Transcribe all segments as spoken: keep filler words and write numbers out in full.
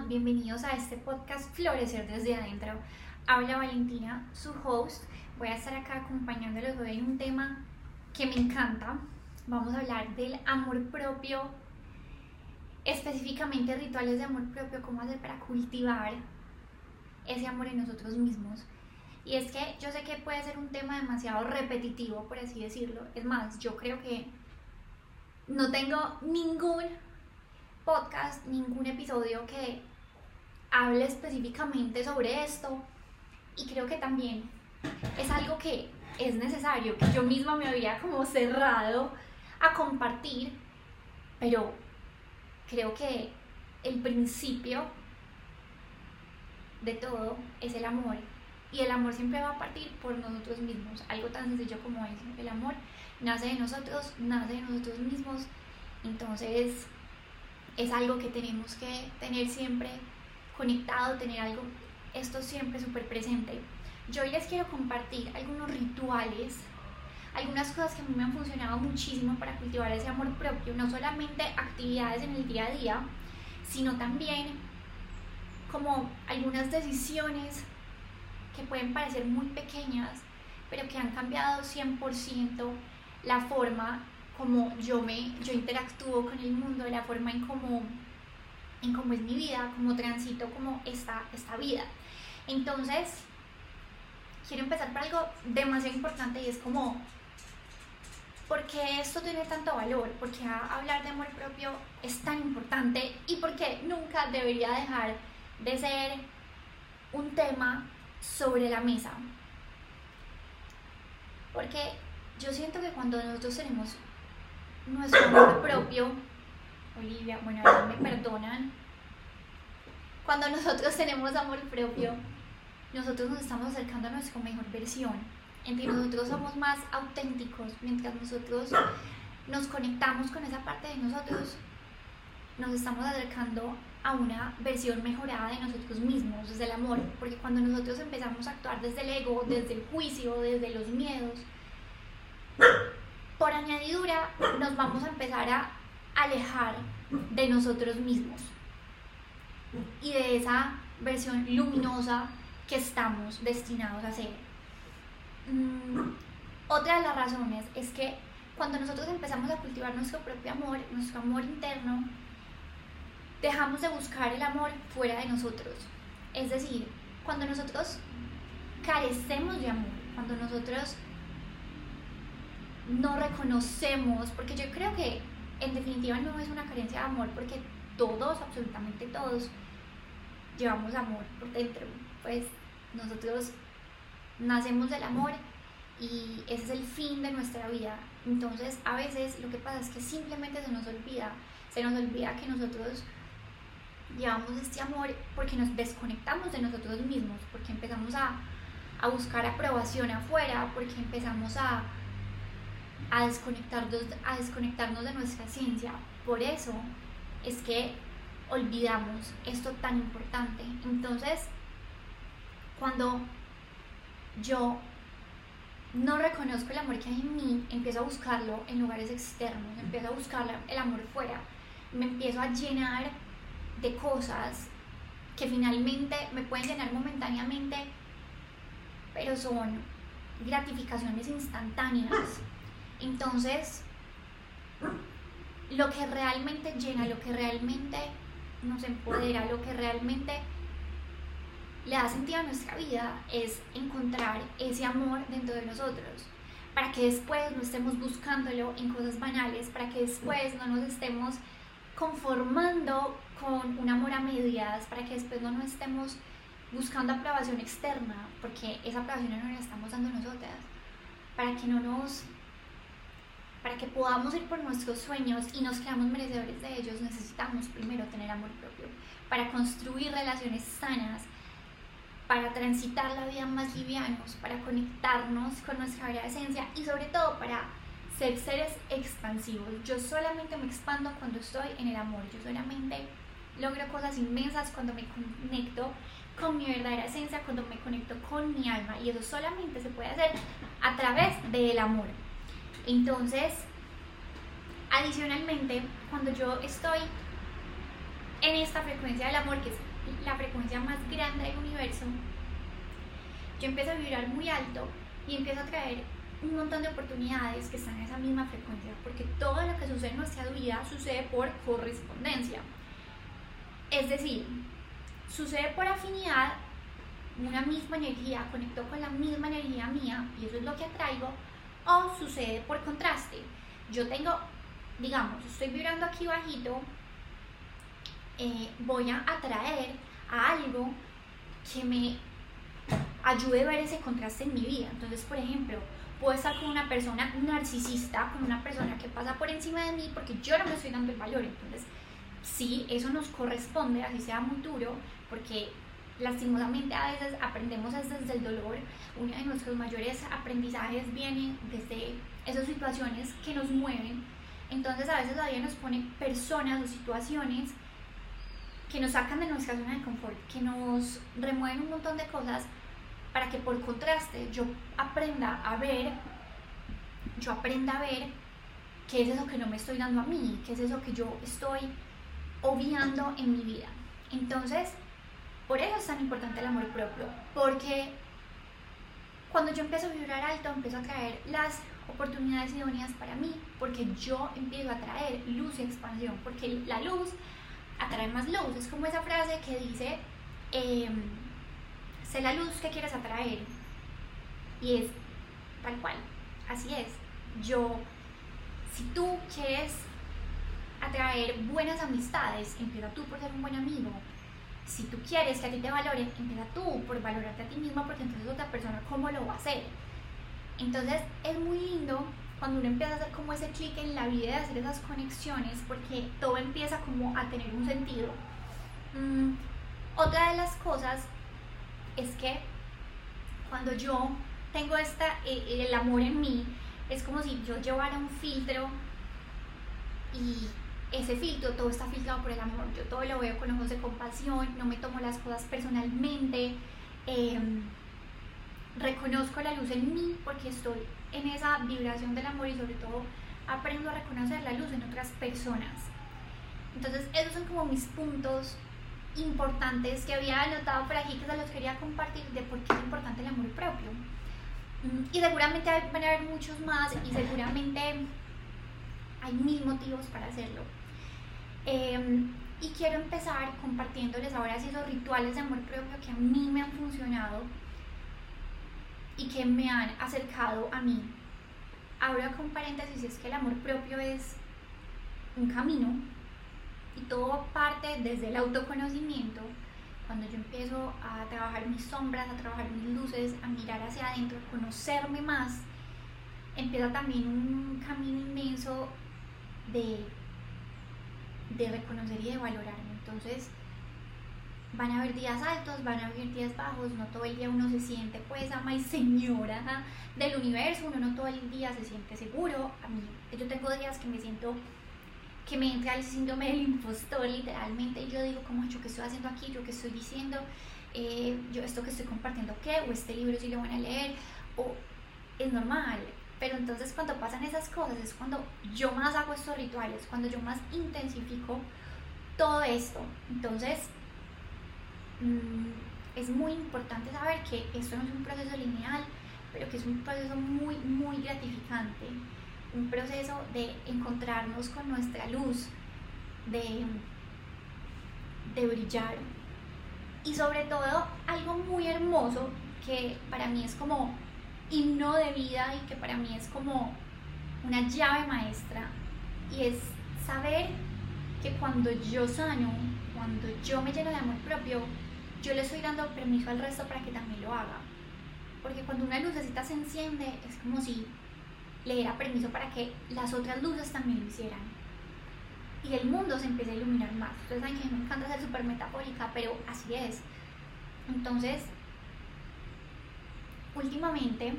bienvenidos a este podcast Florecer desde adentro. Habla Valentina, su host. Voy a estar acá acompañándolos hoy en un tema que me encanta. Vamos a hablar del amor propio, específicamente rituales de amor propio, cómo hacer para cultivar ese amor en nosotros mismos. Y es que yo sé que puede ser un tema demasiado repetitivo, por así decirlo. Es más, yo creo que no tengo ningún podcast, ningún episodio que hable específicamente sobre esto, y creo que también es algo que es necesario, que yo misma me había como cerrado a compartir, pero creo que el principio de todo es el amor, y el amor siempre va a partir por nosotros mismos, algo tan sencillo como eso. El amor nace de nosotros, nace de nosotros mismos, entonces es algo que tenemos que tener siempre conectado, tener algo, esto siempre súper presente. Yo hoy les quiero compartir algunos rituales, algunas cosas que a mí me han funcionado muchísimo para cultivar ese amor propio, no solamente actividades en el día a día, sino también como algunas decisiones que pueden parecer muy pequeñas, pero que han cambiado cien por ciento la forma como yo me yo interactúo con el mundo, la forma en cómo en cómo es mi vida, cómo transito como esta, esta vida. Entonces, quiero empezar por algo demasiado importante, y es como, ¿por qué esto tiene tanto valor? ¿Por qué hablar de amor propio es tan importante? ¿Y por qué nunca debería dejar de ser un tema sobre la mesa? Porque yo siento que cuando nosotros tenemos nuestro amor propio, Olivia, bueno, ahora me perdonan, cuando nosotros tenemos amor propio, nosotros nos estamos acercando a nuestra mejor versión, entre nosotros somos más auténticos, mientras nosotros nos conectamos con esa parte de nosotros, nos estamos acercando a una versión mejorada de nosotros mismos, desde el amor, porque cuando nosotros empezamos a actuar desde el ego, desde el juicio, desde los miedos, por añadidura nos vamos a empezar a alejar de nosotros mismos y de esa versión luminosa que estamos destinados a ser. Mm, otra de las razones es que cuando nosotros empezamos a cultivar nuestro propio amor, nuestro amor interno, dejamos de buscar el amor fuera de nosotros. Es decir, cuando nosotros carecemos de amor, cuando nosotros no reconocemos, porque yo creo que en definitiva no es una carencia de amor, porque todos, absolutamente todos, llevamos amor por dentro. Pues nosotros nacemos del amor y ese es el fin de nuestra vida. Entonces a veces lo que pasa es que simplemente se nos olvida, se nos olvida que nosotros llevamos este amor porque nos desconectamos de nosotros mismos, porque empezamos a, a buscar aprobación afuera, porque empezamos a A desconectarnos, a desconectarnos de nuestra esencia. Por eso es que olvidamos esto tan importante. Entonces, cuando yo no reconozco el amor que hay en mí, empiezo a buscarlo en lugares externos, empiezo a buscar el amor fuera, me empiezo a llenar de cosas que finalmente me pueden llenar momentáneamente, pero son gratificaciones instantáneas. Entonces, lo que realmente llena, lo que realmente nos empodera, lo que realmente le da sentido a nuestra vida es encontrar ese amor dentro de nosotros, para que después no estemos buscándolo en cosas banales, para que después no nos estemos conformando con un amor a medias, para que después no nos estemos buscando aprobación externa, porque esa aprobación no la estamos dando nosotras, para que no nos Para que podamos ir por nuestros sueños y nos creamos merecedores de ellos, necesitamos primero tener amor propio, para construir relaciones sanas, para transitar la vida más livianos, para conectarnos con nuestra verdadera esencia y sobre todo para ser seres expansivos. Yo solamente me expando cuando estoy en el amor, yo solamente logro cosas inmensas cuando me conecto con mi verdadera esencia, cuando me conecto con mi alma, y eso solamente se puede hacer a través del amor. Entonces, adicionalmente, cuando yo estoy en esta frecuencia del amor, que es la frecuencia más grande del universo, yo empiezo a vibrar muy alto y empiezo a traer un montón de oportunidades que están en esa misma frecuencia, porque todo lo que sucede en nuestra vida sucede por correspondencia. Es decir, sucede por afinidad, una misma energía conectó con la misma energía mía y eso es lo que atraigo, o sucede por contraste. Yo tengo, digamos, estoy vibrando aquí bajito, eh, voy a atraer a algo que me ayude a ver ese contraste en mi vida. Entonces, por ejemplo, puedo estar con una persona narcisista, con una persona que pasa por encima de mí porque yo no me estoy dando el valor. Entonces, sí, eso nos corresponde, así sea muy duro, porque lastimosamente a veces aprendemos desde el dolor. Uno de nuestros mayores aprendizajes viene desde esas situaciones que nos mueven. Entonces a veces la vida nos pone personas o situaciones que nos sacan de nuestra zona de confort, que nos remueven un montón de cosas para que por contraste yo aprenda a ver, yo aprenda a ver qué es eso que no me estoy dando a mí, qué es eso que yo estoy obviando en mi vida. Entonces, por eso es tan importante el amor propio, porque cuando yo empiezo a vibrar alto, empiezo a traer las oportunidades idóneas para mí, porque yo empiezo a traer luz y expansión, porque la luz atrae más luz. Es como esa frase que dice, eh, sé la luz que quieres atraer, y es tal cual, así es. Yo, si tú quieres atraer buenas amistades, empieza tú por ser un buen amigo. Si tú quieres que a ti te valoren, empieza tú por valorarte a ti misma, porque entonces otra persona, ¿cómo lo va a hacer? Entonces es muy lindo cuando uno empieza a hacer como ese clic en la vida, de hacer esas conexiones, porque todo empieza como a tener un sentido. Mm, otra de las cosas es que cuando yo tengo esta, eh, el amor en mí, es como si yo llevara un filtro y ese filtro, todo está filtrado por el amor. Yo todo lo veo con ojos de compasión, no me tomo las cosas personalmente, eh, reconozco la luz en mí porque estoy en esa vibración del amor, y sobre todo aprendo a reconocer la luz en otras personas. Entonces esos son como mis puntos importantes que había anotado por aquí, que se los quería compartir, de por qué es importante el amor propio. Y seguramente van a haber muchos más, y seguramente hay mil motivos para hacerlo. Eh, y quiero empezar compartiéndoles ahora sí esos rituales de amor propio que a mí me han funcionado y que me han acercado a mí. Abro con paréntesis, es que el amor propio es un camino y todo parte desde el autoconocimiento. Cuando yo empiezo a trabajar mis sombras, a trabajar mis luces, a mirar hacia adentro, a conocerme más, empieza también un camino inmenso de, de reconocer y de valorarme. Entonces van a haber días altos, van a haber días bajos, no todo el día uno se siente pues ama y señora del universo, uno no todo el día se siente seguro. A mí, yo tengo días que me siento, que me entra el síndrome del impostor literalmente, y yo digo como, yo qué estoy haciendo aquí, yo qué estoy diciendo, eh, yo esto que estoy compartiendo qué, o este libro si lo van a leer, o es normal. Pero entonces cuando pasan esas cosas es cuando yo más hago estos rituales, cuando yo más intensifico todo esto. Entonces es muy importante saber que esto no es un proceso lineal, pero que es un proceso muy, muy gratificante, un proceso de encontrarnos con nuestra luz, de, de brillar, y sobre todo algo muy hermoso que para mí es como himno de vida y que para mí es como una llave maestra, y es saber que cuando yo sano, cuando yo me lleno de amor propio, yo le estoy dando permiso al resto para que también lo haga. Porque cuando una lucecita se enciende, es como si le diera permiso para que las otras luces también lo hicieran, y el mundo se empieza a iluminar más. Ustedes saben que a mí me encanta ser súper metafórica, pero así es. Entonces, últimamente,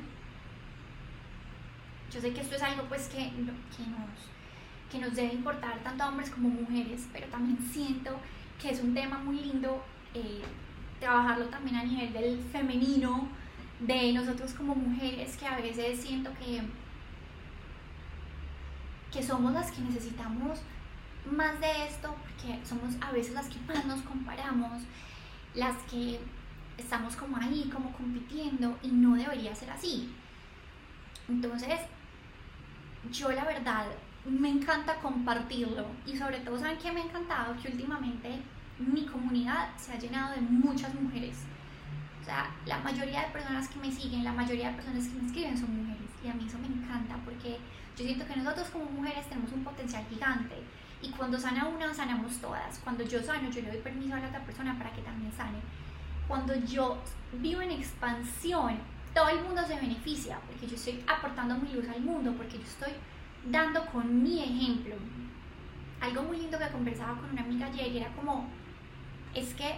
yo sé que esto es algo pues que, que, nos, que nos debe importar tanto a hombres como mujeres, pero también siento que es un tema muy lindo, eh, trabajarlo también a nivel del femenino, de nosotros como mujeres, que a veces siento que, que somos las que necesitamos más de esto porque somos a veces las que más nos comparamos, las que estamos como ahí, como compitiendo, y no debería ser así. Entonces, yo la verdad me encanta compartirlo, y sobre todo, ¿saben qué me ha encantado? Que últimamente mi comunidad se ha llenado de muchas mujeres. O sea, la mayoría de personas que me siguen, la mayoría de personas que me escriben son mujeres, y a mí eso me encanta porque yo siento que nosotros como mujeres tenemos un potencial gigante, y cuando sana una, sanamos todas. Cuando yo sano, yo le doy permiso a la otra persona para que también sane. Cuando yo vivo en expansión, todo el mundo se beneficia, porque yo estoy aportando mi luz al mundo, porque yo estoy dando con mi ejemplo. Algo muy lindo que conversaba con una amiga ayer era como, es que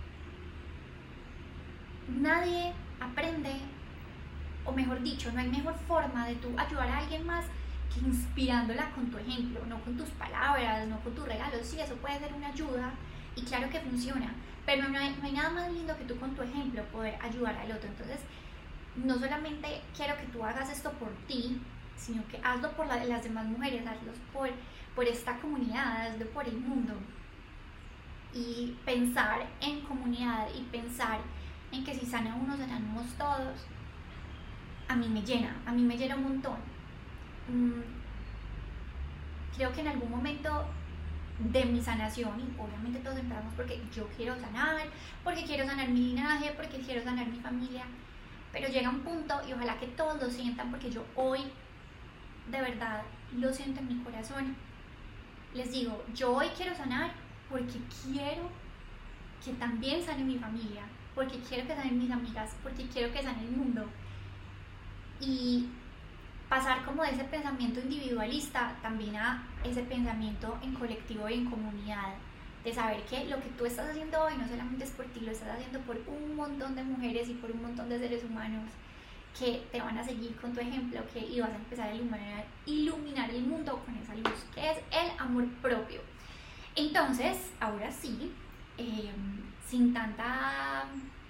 nadie aprende, o mejor dicho, no hay mejor forma de tú ayudar a alguien más que inspirándola con tu ejemplo, no con tus palabras, no con tus regalos. Sí, eso puede ser una ayuda y claro que funciona, pero no hay, no hay nada más lindo que tú con tu ejemplo poder ayudar al otro. Entonces, no solamente quiero que tú hagas esto por ti, sino que hazlo por la, las demás mujeres, hazlo por, por esta comunidad, hazlo por el mundo. Y pensar en comunidad y pensar en que si sana uno, sanamos todos, a mí me llena, a mí me llena un montón. Mm, creo que en algún momento de mi sanación, y obviamente todos empezamos porque yo quiero sanar, porque quiero sanar mi linaje, porque quiero sanar mi familia, pero llega un punto, y ojalá que todos lo sientan, porque yo hoy de verdad lo siento en mi corazón, les digo, yo hoy quiero sanar porque quiero que también sane mi familia, porque quiero que sanen mis amigas, porque quiero que sane el mundo, y pasar como de ese pensamiento individualista también a ese pensamiento en colectivo y en comunidad, de saber que lo que tú estás haciendo hoy no solamente es por ti, lo estás haciendo por un montón de mujeres y por un montón de seres humanos que te van a seguir con tu ejemplo, que y vas a empezar a iluminar, iluminar el mundo con esa luz, que es el amor propio. Entonces, ahora sí, eh, sin tanta...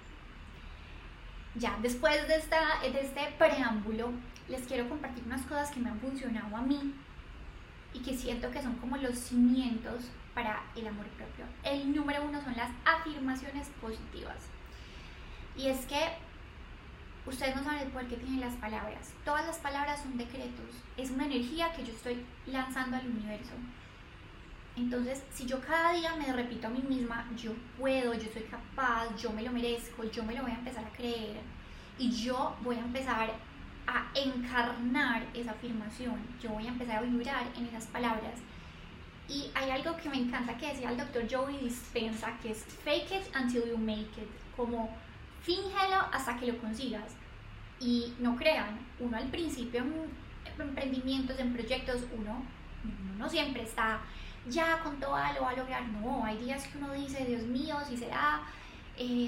Ya, después de, esta, de este preámbulo, les quiero compartir unas cosas que me han funcionado a mí y que siento que son como los cimientos para el amor propio. El número uno son las afirmaciones positivas. Y es que ustedes no saben el poder que tienen las palabras. Todas las palabras son decretos. Es una energía que yo estoy lanzando al universo. Entonces, si yo cada día me repito a mí misma, yo puedo, yo soy capaz, yo me lo merezco, yo me lo voy a empezar a creer, y yo voy a empezar a encarnar esa afirmación, yo voy a empezar a vibrar en esas palabras. Y hay algo que me encanta que decía el doctor Joey Dispenza, que es fake it until you make it, como fíngelo hasta que lo consigas. Y no crean, uno al principio en emprendimientos, en proyectos, uno, uno no siempre está ya con toda lo va a lograr. No, hay días que uno dice, Dios mío, si será, eh,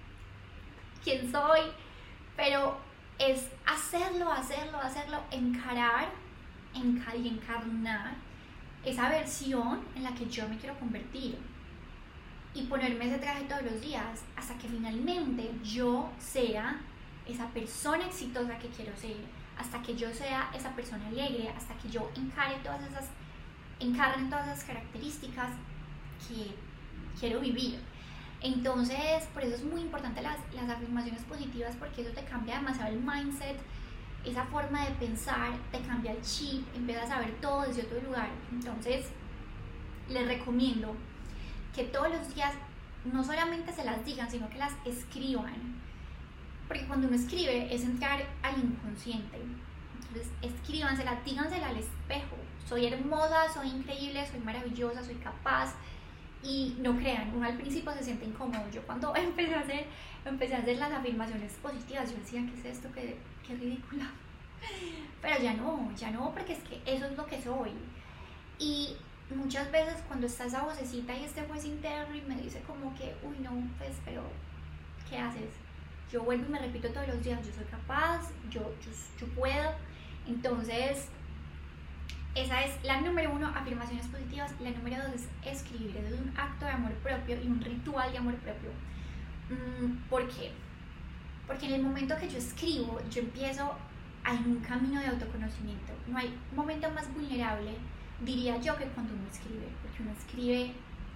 quién soy, pero es hacerlo, hacerlo, hacerlo, encarar encar y encarnar esa versión en la que yo me quiero convertir, y ponerme ese traje todos los días hasta que finalmente yo sea esa persona exitosa que quiero ser, hasta que yo sea esa persona alegre, hasta que yo encare todas esas encarnen todas esas características que quiero vivir. Entonces, por eso es muy importante las, las afirmaciones positivas, porque eso te cambia demasiado el mindset, esa forma de pensar, te cambia el chip, empiezas a ver todo desde otro lugar. Entonces, les recomiendo que todos los días no solamente se las digan, sino que las escriban, porque cuando uno escribe es entrar al inconsciente. Entonces, escríbanselas, dígansela al espejo. Soy hermosa, soy increíble, soy maravillosa, soy capaz. Y no crean, uno al principio se siente incómodo. Yo cuando empecé a hacer, empecé a hacer las afirmaciones positivas, yo decía, ¿qué es esto? ¿Qué, qué ridícula? Pero ya no, ya no, porque es que eso es lo que soy. Y muchas veces cuando está esa vocecita y este juez interno y me dice como que, uy no, pues, pero, ¿qué haces? Yo vuelvo y me repito todos los días, yo soy capaz, yo, yo, yo puedo. Entonces, esa es la número uno, afirmaciones positivas. La número dos es escribir. Eso es un acto de amor propio y un ritual de amor propio. ¿Por qué? Porque en el momento que yo escribo, yo empiezo a un camino de autoconocimiento. No hay momento más vulnerable diría yo que cuando uno escribe, porque uno escribe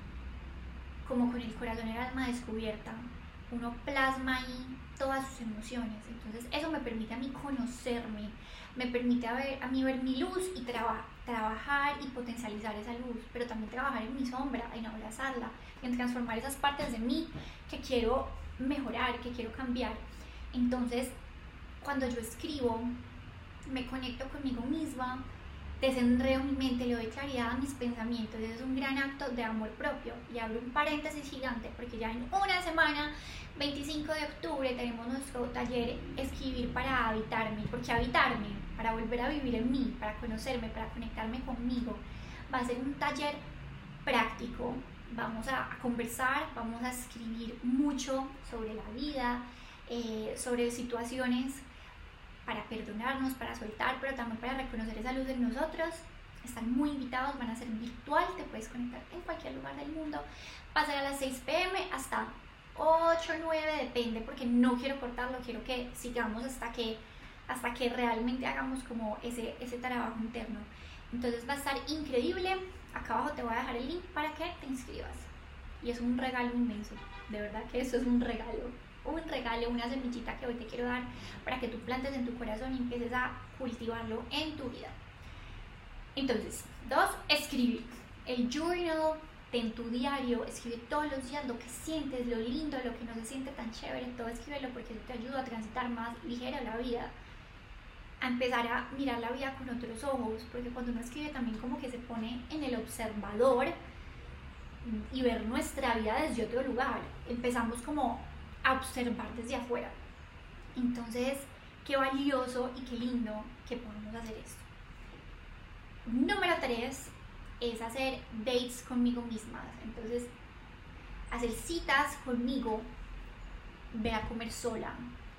como con el corazón y el alma descubierta, uno plasma ahí todas sus emociones, entonces eso me permite a mí conocerme, me permite a, ver, a mí ver mi luz y traba, trabajar y potencializar esa luz, pero también trabajar en mi sombra, en abrazarla, en transformar esas partes de mí que quiero mejorar, que quiero cambiar. Entonces, cuando yo escribo, me conecto conmigo misma, desenredo mi mente, le doy claridad a mis pensamientos. Eso es un gran acto de amor propio. Y abro un paréntesis gigante porque ya en una semana, veinticinco de octubre, tenemos nuestro taller Escribir para habitarme. ¿Por qué habitarme? Para volver a vivir en mí, para conocerme, para conectarme conmigo. Va a ser un taller práctico. Vamos a, a conversar, vamos a escribir mucho sobre la vida, eh, sobre situaciones para perdonarnos, para soltar, pero también para reconocer esa luz en nosotros. Están muy invitados, van a ser virtual, te puedes conectar en cualquier lugar del mundo. Va a ser a las seis pe eme hasta ocho, nueve, depende, porque no quiero cortarlo, quiero que sigamos hasta que, hasta que realmente hagamos como ese, ese trabajo interno. Entonces va a estar increíble. Acá abajo te voy a dejar el link para que te inscribas. Y es un regalo inmenso, de verdad que eso es un regalo. Un regalo, una semillita que hoy te quiero dar para que tú plantes en tu corazón y empieces a cultivarlo en tu vida. Entonces, dos, escribir. El journal, ten tu diario, escribe todos los días lo que sientes, lo lindo, lo que no se siente tan chévere, todo escríbelo porque eso te ayuda a transitar más ligera la vida, a empezar a mirar la vida con otros ojos, porque cuando uno escribe también como que se pone en el observador y ver nuestra vida desde otro lugar. Empezamos como a observar desde afuera. Entonces, qué valioso y qué lindo que podamos hacer esto. Número tres es hacer dates conmigo mismas. Entonces, hacer citas conmigo. Ve a comer sola,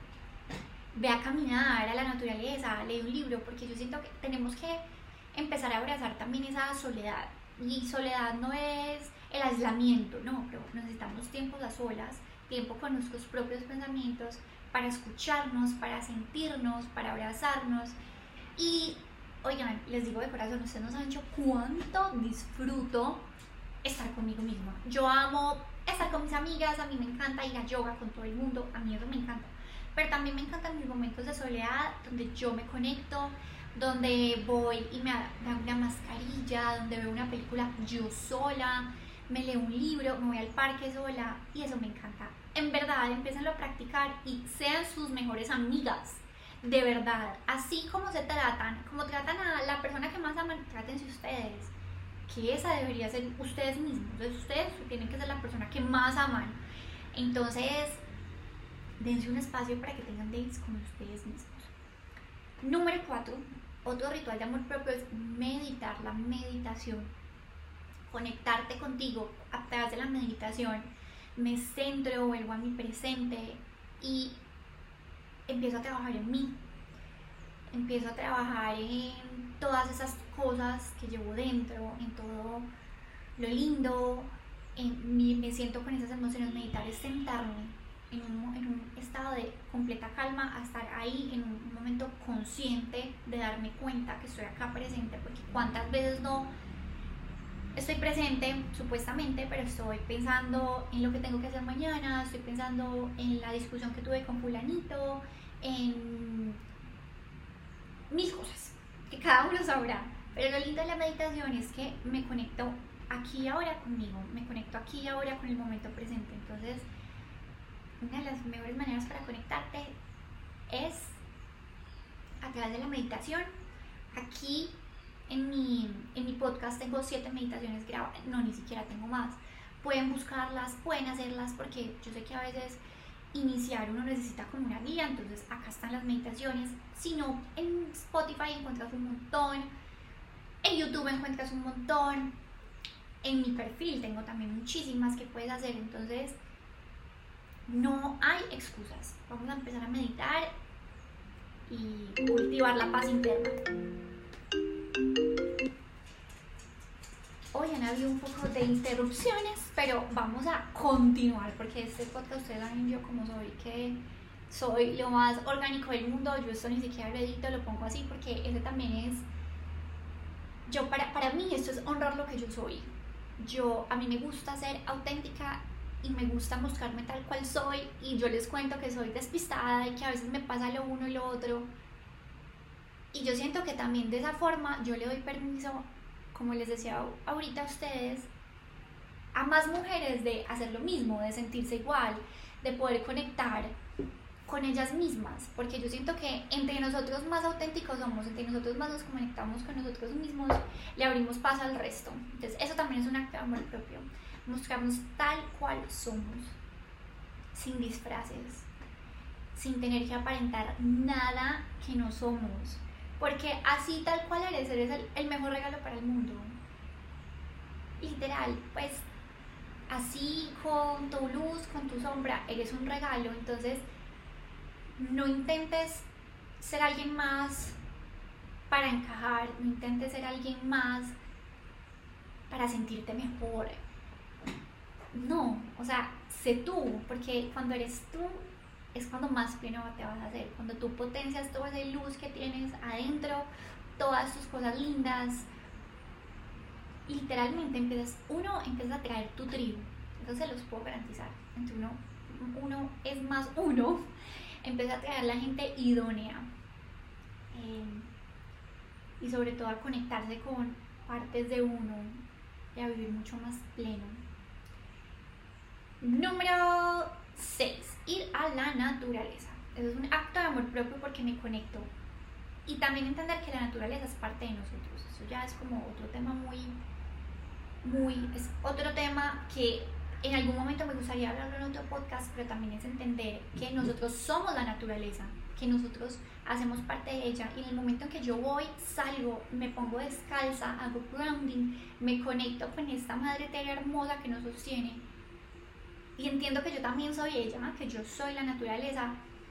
ve a caminar a la naturaleza, lee un libro, porque yo siento que tenemos que empezar a abrazar también esa soledad. Y soledad no es el aislamiento, no, pero necesitamos tiempos a solas, tiempo con nuestros propios pensamientos, para escucharnos, para sentirnos, para abrazarnos. Y, oigan, les digo de corazón, ustedes no saben yo cuánto disfruto estar conmigo misma. Yo amo estar con mis amigas, a mí me encanta ir a yoga con todo el mundo, a mí eso me encanta. Pero también me encantan mis momentos de soledad, donde yo me conecto, donde voy y me hago una mascarilla, donde veo una película yo sola, me leo un libro, me voy al parque sola, y eso me encanta. En verdad, empiecen a practicar y sean sus mejores amigas, de verdad. Así como se tratan, como tratan a la persona que más aman, trátense ustedes, que esa debería ser ustedes mismos. Entonces ustedes tienen que ser la persona que más aman. Entonces, dense un espacio para que tengan dates con ustedes mismos. Número cuatro, otro ritual de amor propio es meditar, la meditación. Conectarte contigo a través de la meditación. Me centro, vuelvo a mi presente y empiezo a trabajar en mí. Empiezo a trabajar en todas esas cosas que llevo dentro, en todo lo lindo, en mi, me siento con esas emociones. Meditar es sentarme en un, en un estado de completa calma, a estar ahí en un momento consciente de darme cuenta que estoy acá presente, porque cuántas veces no estoy presente supuestamente, pero estoy pensando en lo que tengo que hacer mañana, estoy pensando en la discusión que tuve con fulanito, en mis cosas, que cada uno sabrá. Pero lo lindo de la meditación es que me conecto aquí y ahora conmigo, me conecto aquí y ahora con el momento presente. Entonces, una de las mejores maneras para conectarte es a través de la meditación. Aquí en mi, en mi podcast tengo siete meditaciones grabadas, no, ni siquiera tengo más. Pueden buscarlas, pueden hacerlas, porque yo sé que a veces iniciar uno necesita como una guía. Entonces acá están las meditaciones. Si no, en Spotify encuentras un montón, en YouTube encuentras un montón, en mi perfil tengo también muchísimas que puedes hacer. Entonces no hay excusas, vamos a empezar a meditar y cultivar la paz interna. Hoy han habido un poco de interrupciones, pero vamos a continuar, porque este podcast, ustedes saben yo como soy, que soy lo más orgánico del mundo. Yo esto ni siquiera lo edito, lo pongo así, porque ese también es yo para, para mí esto es honrar lo que yo soy. Yo, a mí me gusta ser auténtica y me gusta mostrarme tal cual soy, y yo les cuento que soy despistada y que a veces me pasa lo uno y lo otro. Y yo siento que también de esa forma yo le doy permiso, como les decía ahorita a ustedes, a más mujeres de hacer lo mismo, de sentirse igual, de poder conectar con ellas mismas, porque yo siento que entre nosotros más auténticos somos, entre nosotros más nos conectamos con nosotros mismos, le abrimos paso al resto. Entonces eso también es un acto de amor propio, mostrarnos tal cual somos, sin disfraces, sin tener que aparentar nada que no somos, porque así tal cual eres, eres el, el mejor regalo para el mundo, literal. Pues así, con tu luz, con tu sombra, eres un regalo. Entonces no intentes ser alguien más para encajar, no intentes ser alguien más para sentirte mejor. No, o sea, sé tú, porque cuando eres tú es cuando más pleno te vas a hacer, cuando tú potencias toda esa luz que tienes adentro, todas tus cosas lindas, literalmente empiezas, uno empieza a traer tu tribu, eso se los puedo garantizar. Entre uno, uno es más uno, empieza a traer la gente idónea, eh, y sobre todo a conectarse con partes de uno y a vivir mucho más pleno. Número seis, ir a la naturaleza. Eso es un acto de amor propio porque me conecto, y también entender que la naturaleza es parte de nosotros. Eso ya es como otro tema muy, muy, es otro tema que en algún momento me gustaría hablarlo en otro podcast, pero también es entender que nosotros somos la naturaleza, que nosotros hacemos parte de ella, y en el momento en que yo voy, salgo, me pongo descalza, hago grounding, me conecto con esta madre tierra hermosa que nos sostiene, y entiendo que yo también soy ella, que yo soy la naturaleza,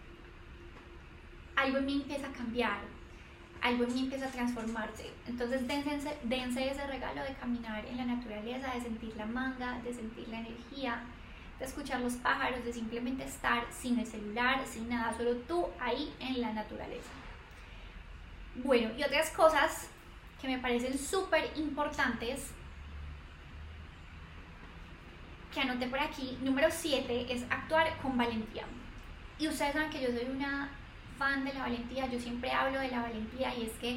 algo en mí empieza a cambiar, algo en mí empieza a transformarse. Entonces dense, dense ese regalo de caminar en la naturaleza, de sentir la manga, de sentir la energía, de escuchar los pájaros, de simplemente estar sin el celular, sin nada, solo tú ahí en la naturaleza. Bueno, y otras cosas que me parecen súper importantes que anoté por aquí, número siete, es actuar con valentía. Y ustedes saben que yo soy una fan de la valentía, yo siempre hablo de la valentía, y es que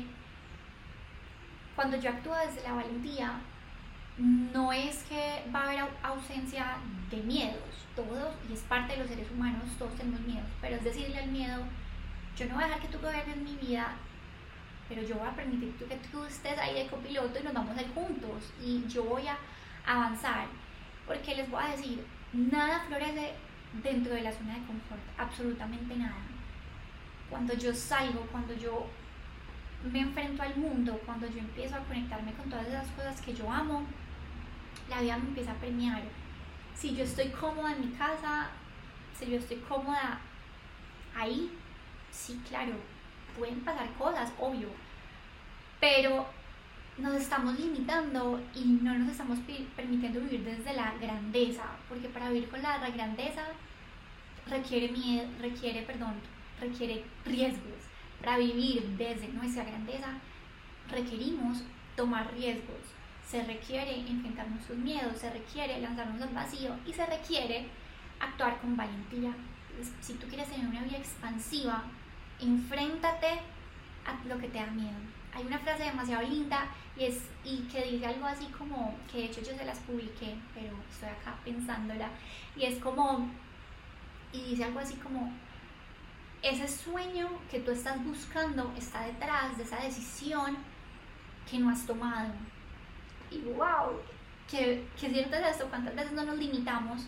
cuando yo actúo desde la valentía, no es que va a haber ausencia de miedos, todos, y es parte de los seres humanos, todos tenemos miedos, pero es decirle al miedo, yo no voy a dejar que tú gobiernes mi vida, pero yo voy a permitir que tú estés ahí de copiloto y nos vamos a ir juntos, y yo voy a avanzar, porque les voy a decir, nada florece dentro de la zona de confort, absolutamente nada. Cuando yo salgo, cuando yo me enfrento al mundo, cuando yo empiezo a conectarme con todas esas cosas que yo amo, la vida me empieza a premiar. Si yo estoy cómoda en mi casa, si yo estoy cómoda ahí, sí, claro, pueden pasar cosas, obvio, pero nos estamos limitando y no nos estamos permitiendo vivir desde la grandeza, porque para vivir con la grandeza requiere miedo, requiere, perdón, requiere riesgos. Para vivir desde nuestra grandeza requerimos tomar riesgos, se requiere enfrentar nuestros miedos, se requiere lanzarnos al vacío y se requiere actuar con valentía. Si tú quieres tener una vida expansiva, enfréntate a lo que te da miedo. Hay una frase demasiado linda y, es, y que dice algo así como, que de hecho yo se las publiqué, pero estoy acá pensándola, y es como, y dice algo así como, ese sueño que tú estás buscando está detrás de esa decisión que no has tomado. Y wow, que, que cierto es esto, cuántas veces no nos limitamos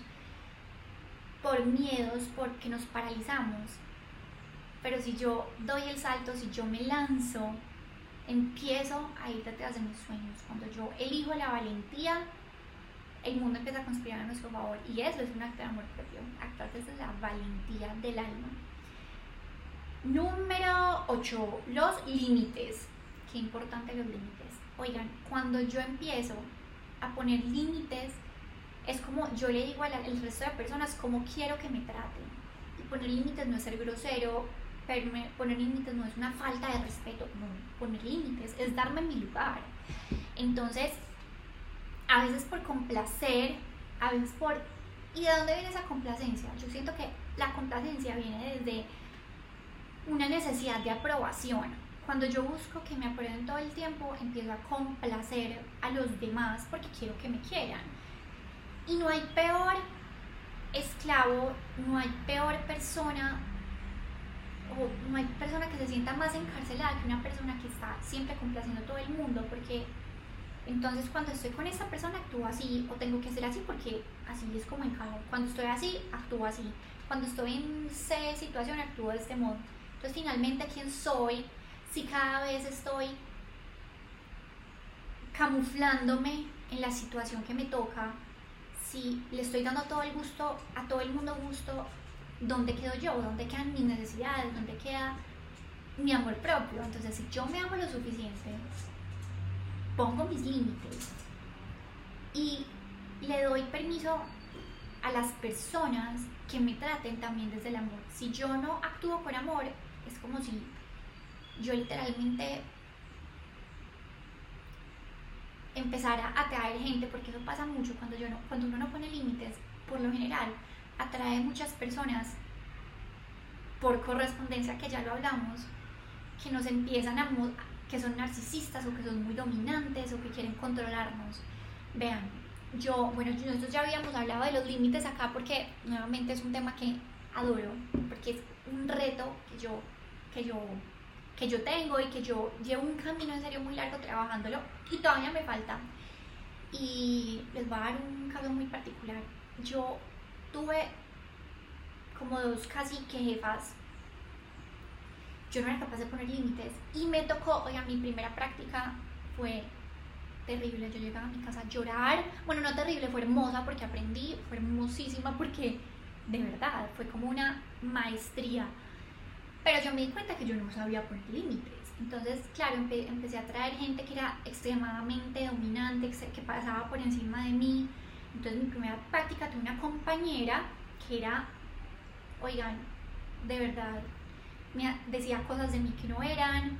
por miedos, porque nos paralizamos. Pero si yo doy el salto, si yo me lanzo, empiezo a ir detrás de mis sueños. Cuando yo elijo la valentía, el mundo empieza a conspirar a nuestro favor, y eso es un acto de amor propio, actuar desde la valentía del alma. Número ocho, los límites. Qué importante los límites. Oigan, cuando yo empiezo a poner límites, es como yo le digo al resto de personas cómo quiero que me traten. Y poner límites no es ser grosero, pero poner límites no es una falta de respeto, no. Poner límites es darme mi lugar, Entonces, a veces por complacer, a veces por... ¿Y de dónde viene esa complacencia? Yo siento que la complacencia viene desde una necesidad de aprobación. Cuando yo busco que me aprueben todo el tiempo, empiezo a complacer a los demás porque quiero que me quieran. Y no hay peor esclavo, no hay peor persona, o no hay persona que se sienta más encarcelada que una persona que está siempre complaciendo a todo el mundo, porque entonces cuando estoy con esa persona actúo así, o tengo que hacer así porque así es como encajo. Cuando estoy así, actúo así. Cuando estoy en C situación, actúo de este modo. Entonces finalmente, ¿quién soy? Si cada vez estoy camuflándome en la situación que me toca, si le estoy dando todo el gusto, a todo el mundo gusto, ¿dónde quedo yo? ¿Dónde quedan mis necesidades? ¿Dónde queda mi amor propio? Entonces, si yo me amo lo suficiente, pongo mis límites y le doy permiso a las personas que me traten también desde el amor. Si yo no actúo con amor, es como si yo literalmente empezara a atraer gente, porque eso pasa mucho cuando, yo no, cuando uno no pone límites, por lo general atrae muchas personas por correspondencia, que ya lo hablamos, que nos empiezan a, que son narcisistas o que son muy dominantes o que quieren controlarnos. Vean, yo, bueno, nosotros ya habíamos hablado de los límites acá porque nuevamente es un tema que adoro, porque es un reto que yo, que yo, que yo tengo y que yo llevo un camino en serio muy largo trabajándolo y todavía me falta. Y les voy a dar un caso muy particular. Yo tuve como dos casi que jefas. Yo no era capaz de poner límites y me tocó, oigan, mi primera práctica fue terrible. Yo llegaba a mi casa a llorar. Bueno, no terrible, fue hermosa porque aprendí, fue hermosísima porque de verdad fue como una maestría. Pero yo me di cuenta que yo no sabía poner límites. Entonces, claro, empe empecé a traer gente que era extremadamente dominante, que pasaba por encima de mí. Entonces, mi primera práctica tuve una compañera que era, oigan, de verdad, me decía cosas de mí que no eran.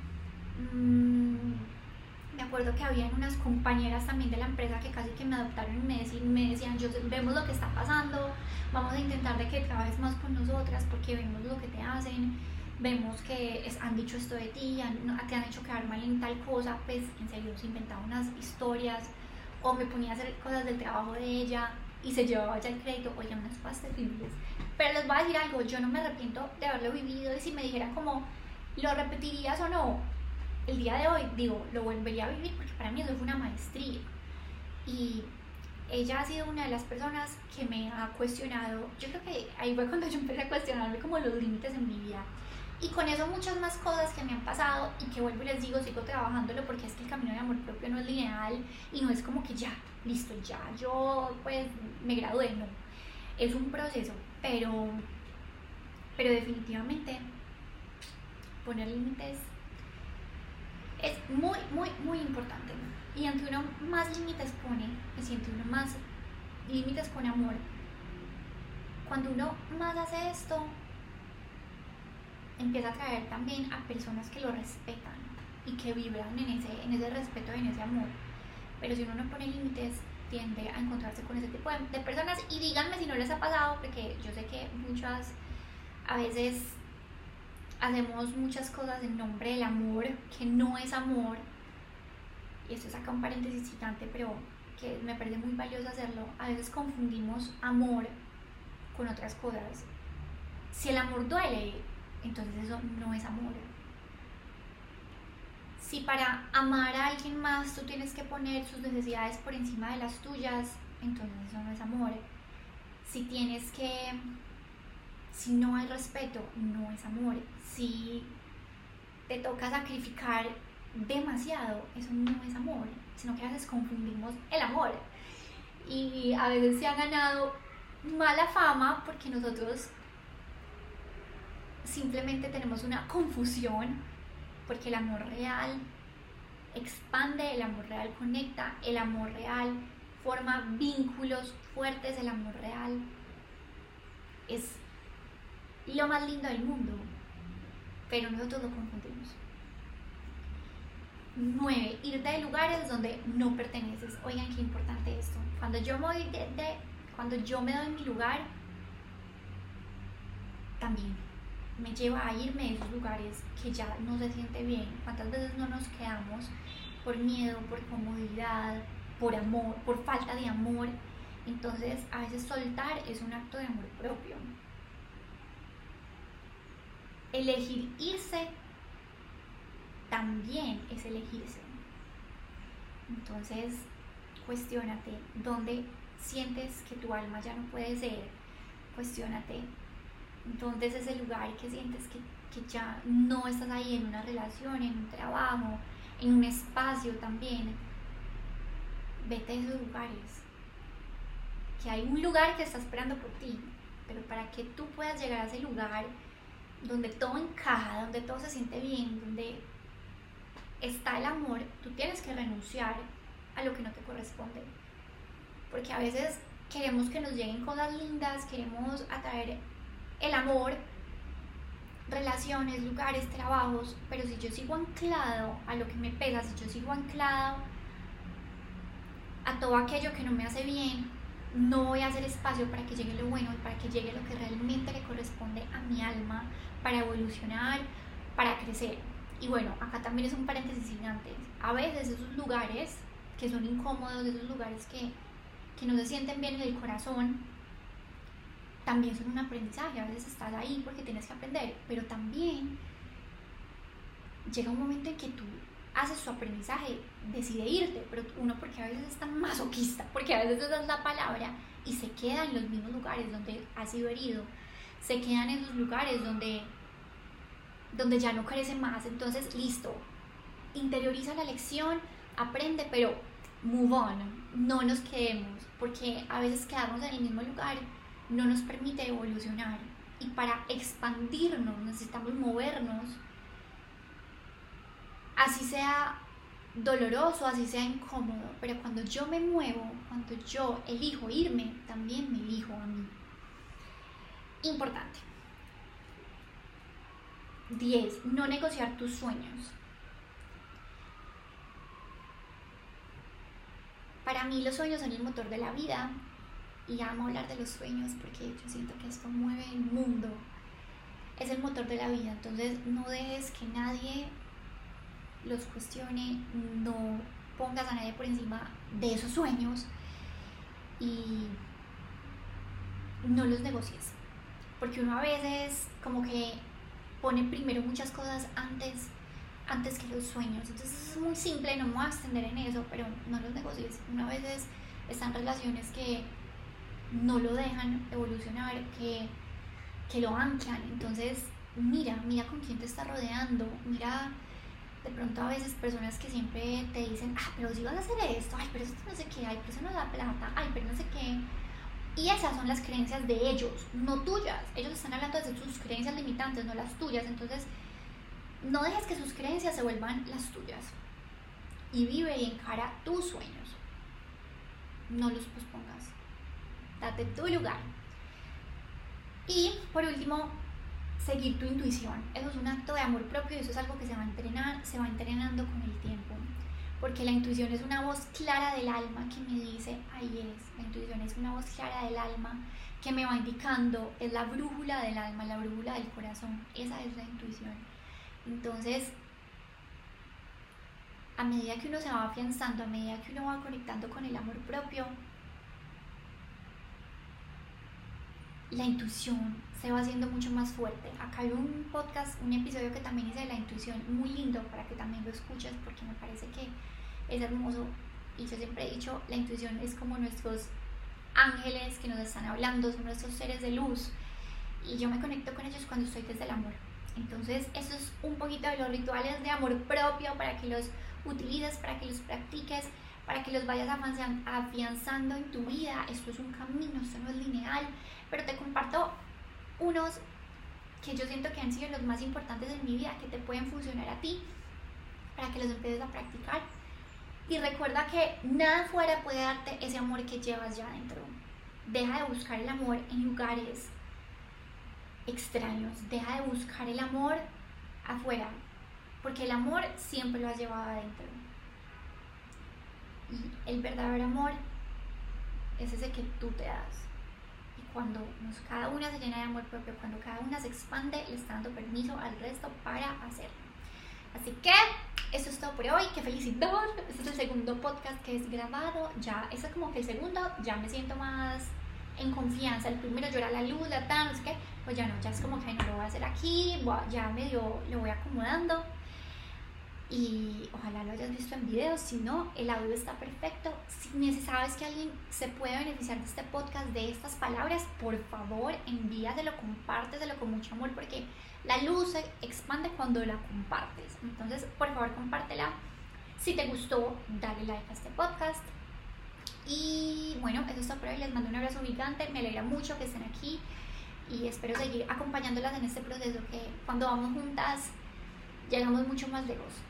Mm, me acuerdo que habían unas compañeras también de la empresa que casi que me adoptaron y me decían, me decían yo, vemos lo que está pasando, vamos a intentar de que trabajes más con nosotras porque vemos lo que te hacen, vemos que es, han dicho esto de ti, han, no, te han hecho quedar mal en tal cosa. Pues en serio se inventaba unas historias o me ponía a hacer cosas del trabajo de ella y se llevaba ya el crédito. Oigan, unas cosas terribles. Pero les voy a decir algo, yo no me arrepiento de haberlo vivido, y si me dijeran como, ¿lo repetirías o no? El día de hoy, digo, lo volvería a vivir porque para mí eso fue una maestría. Y ella ha sido una de las personas que me ha cuestionado. Yo creo que ahí fue cuando yo empecé a cuestionarme como los límites en mi vida. Y con eso muchas más cosas que me han pasado y que vuelvo y les digo, sigo trabajándolo porque es que el camino de amor propio no es lineal y no es como que ya, listo, ya, yo pues me gradué, no. Es un proceso, pero, pero definitivamente poner límites es muy, muy, muy importante. Y ante uno más límites pone, me siente uno más límites con amor. Cuando uno más hace esto, empieza a atraer también a personas que lo respetan y que vibran en ese, en ese respeto y en ese amor. Pero si uno no pone límites, tiende a encontrarse con ese tipo de, de personas. Y díganme si no les ha pasado, porque yo sé que muchas, a veces hacemos muchas cosas en nombre del amor, que no es amor. Y esto es acá un paréntesis gigante, pero que me parece muy valioso hacerlo. A veces confundimos amor con otras cosas. Si el amor duele, entonces eso no es amor. Si para amar a alguien más tú tienes que poner sus necesidades por encima de las tuyas, entonces eso no es amor. Si tienes que, si no hay respeto, no es amor. Si te toca sacrificar demasiado, eso no es amor, sino que a veces confundimos el amor. Y a veces se ha ganado mala fama porque nosotros simplemente tenemos una confusión, porque el amor real expande, el amor real conecta, el amor real forma vínculos fuertes, el amor real es lo más lindo del mundo, pero nosotros lo confundimos. Nueve, ir de lugares donde no perteneces. Oigan, qué importante esto. Cuando yo me voy de, de cuando yo me doy mi lugar, también me lleva a irme de esos lugares que ya no se siente bien. ¿Cuántas veces no nos quedamos por miedo, por comodidad, por amor, por falta de amor? Entonces, a veces soltar es un acto de amor propio. Elegir irse también es elegirse. Entonces, cuestiónate dónde sientes que tu alma ya no puede ser. Cuestiónate dónde es ese lugar que sientes que, que ya no estás ahí, en una relación, en un trabajo, en un espacio también. Vete a esos lugares, que hay un lugar que está esperando por ti, pero para que tú puedas llegar a ese lugar donde todo encaja, donde todo se siente bien, donde está el amor, tú tienes que renunciar a lo que no te corresponde, porque a veces queremos que nos lleguen cosas lindas, queremos atraer el amor, relaciones, lugares, trabajos, pero si yo sigo anclado a lo que me pega, si yo sigo anclado a todo aquello que no me hace bien, no voy a hacer espacio para que llegue lo bueno, para que llegue lo que realmente le corresponde a mi alma, para evolucionar, para crecer. Y bueno, acá también es un paréntesis gigante. A veces esos lugares que son incómodos, esos lugares que, que no se sienten bien en el corazón, también son un aprendizaje. A veces estás ahí porque tienes que aprender, pero también llega un momento en que tú haces su aprendizaje, decide irte, pero uno porque a veces es tan masoquista, porque a veces esa es la palabra, y se queda en los mismos lugares donde ha sido herido, se quedan en esos lugares donde, donde ya no crece más. Entonces, listo, interioriza la lección, aprende, pero move on, no nos quedemos, porque a veces quedarnos en el mismo lugar no nos permite evolucionar, y para expandirnos necesitamos movernos, así sea doloroso, así sea incómodo, pero cuando yo me muevo, cuando yo elijo irme, también me elijo a mí. Importante. diez. No negociar tus sueños. Para mí los sueños son el motor de la vida, y amo hablar de los sueños porque yo siento que esto mueve el mundo. Es el motor de la vida, entonces no dejes que nadie los cuestione, no pongas a nadie por encima de esos sueños y no los negocies, porque uno a veces como que pone primero muchas cosas antes antes que los sueños. Entonces es muy simple, no me voy a extender en eso, pero no los negocies. Uno a veces está en relaciones que no lo dejan evolucionar, que, que lo anclan. Entonces mira, mira con quién te está rodeando, mira. De pronto a veces personas que siempre te dicen, ah, pero si vas a hacer esto, ay, pero esto no sé qué, ay, pero eso no da plata, ay, pero no sé qué. Y esas son las creencias de ellos, no tuyas. Ellos están hablando de sus creencias limitantes, no las tuyas. Entonces, no dejes que sus creencias se vuelvan las tuyas. Y vive y encara tus sueños. No los pospongas. Date tu lugar. Y, por último, seguir tu intuición. Eso es un acto de amor propio, y eso es algo que se va a entrenar, se va entrenando con el tiempo, porque la intuición es una voz clara del alma que me dice, ahí es. La intuición es una voz clara del alma que me va indicando, es la brújula del alma, la brújula del corazón. Esa es la intuición. Entonces, a medida que uno se va afianzando, a medida que uno va conectando con el amor propio, la intuición se va haciendo mucho más fuerte. Acá hay un podcast, un episodio que también hice de la intuición, muy lindo, para que también lo escuches, porque me parece que es hermoso. Y yo siempre he dicho, la intuición es como nuestros ángeles que nos están hablando, son nuestros seres de luz, y yo me conecto con ellos cuando estoy desde el amor. Entonces eso es un poquito de los rituales de amor propio, para que los utilices, para que los practiques, para que los vayas afianzando en tu vida. Esto es un camino, esto no es lineal, pero te comparto unos que yo siento que han sido los más importantes en mi vida, que te pueden funcionar a ti, para que los empieces a practicar. Y recuerda que nada fuera puede darte ese amor que llevas ya dentro. Deja de buscar el amor en lugares extraños, deja de buscar el amor afuera. porque el amor siempre lo has llevado adentro. Y el verdadero amor es ese que tú te das. Y cuando nos, cada una se llena de amor propio, cuando cada una se expande, le está dando permiso al resto para hacerlo. Así que eso es todo por hoy. ¡Qué felicidad! Este es el segundo podcast que es grabado. Ya, este es como que el segundo, ya me siento más en confianza. El primero yo era la luz, la tan, no sé qué. Pues ya no, ya es como que no lo voy a hacer aquí. Ya medio lo voy acomodando. Y ojalá lo hayas visto en video. Si no, el audio está perfecto. Si sabes que alguien se puede beneficiar de este podcast, de estas palabras, por favor envíaselo, compárteselo con mucho amor, porque la luz se expande cuando la compartes. Entonces, por favor, compártela. Si te gustó, dale like a este podcast. Y bueno, eso es todo por hoy. Les mando un abrazo gigante. Me alegra mucho que estén aquí y espero seguir acompañándolas en este proceso, que cuando vamos juntas llegamos mucho más lejos.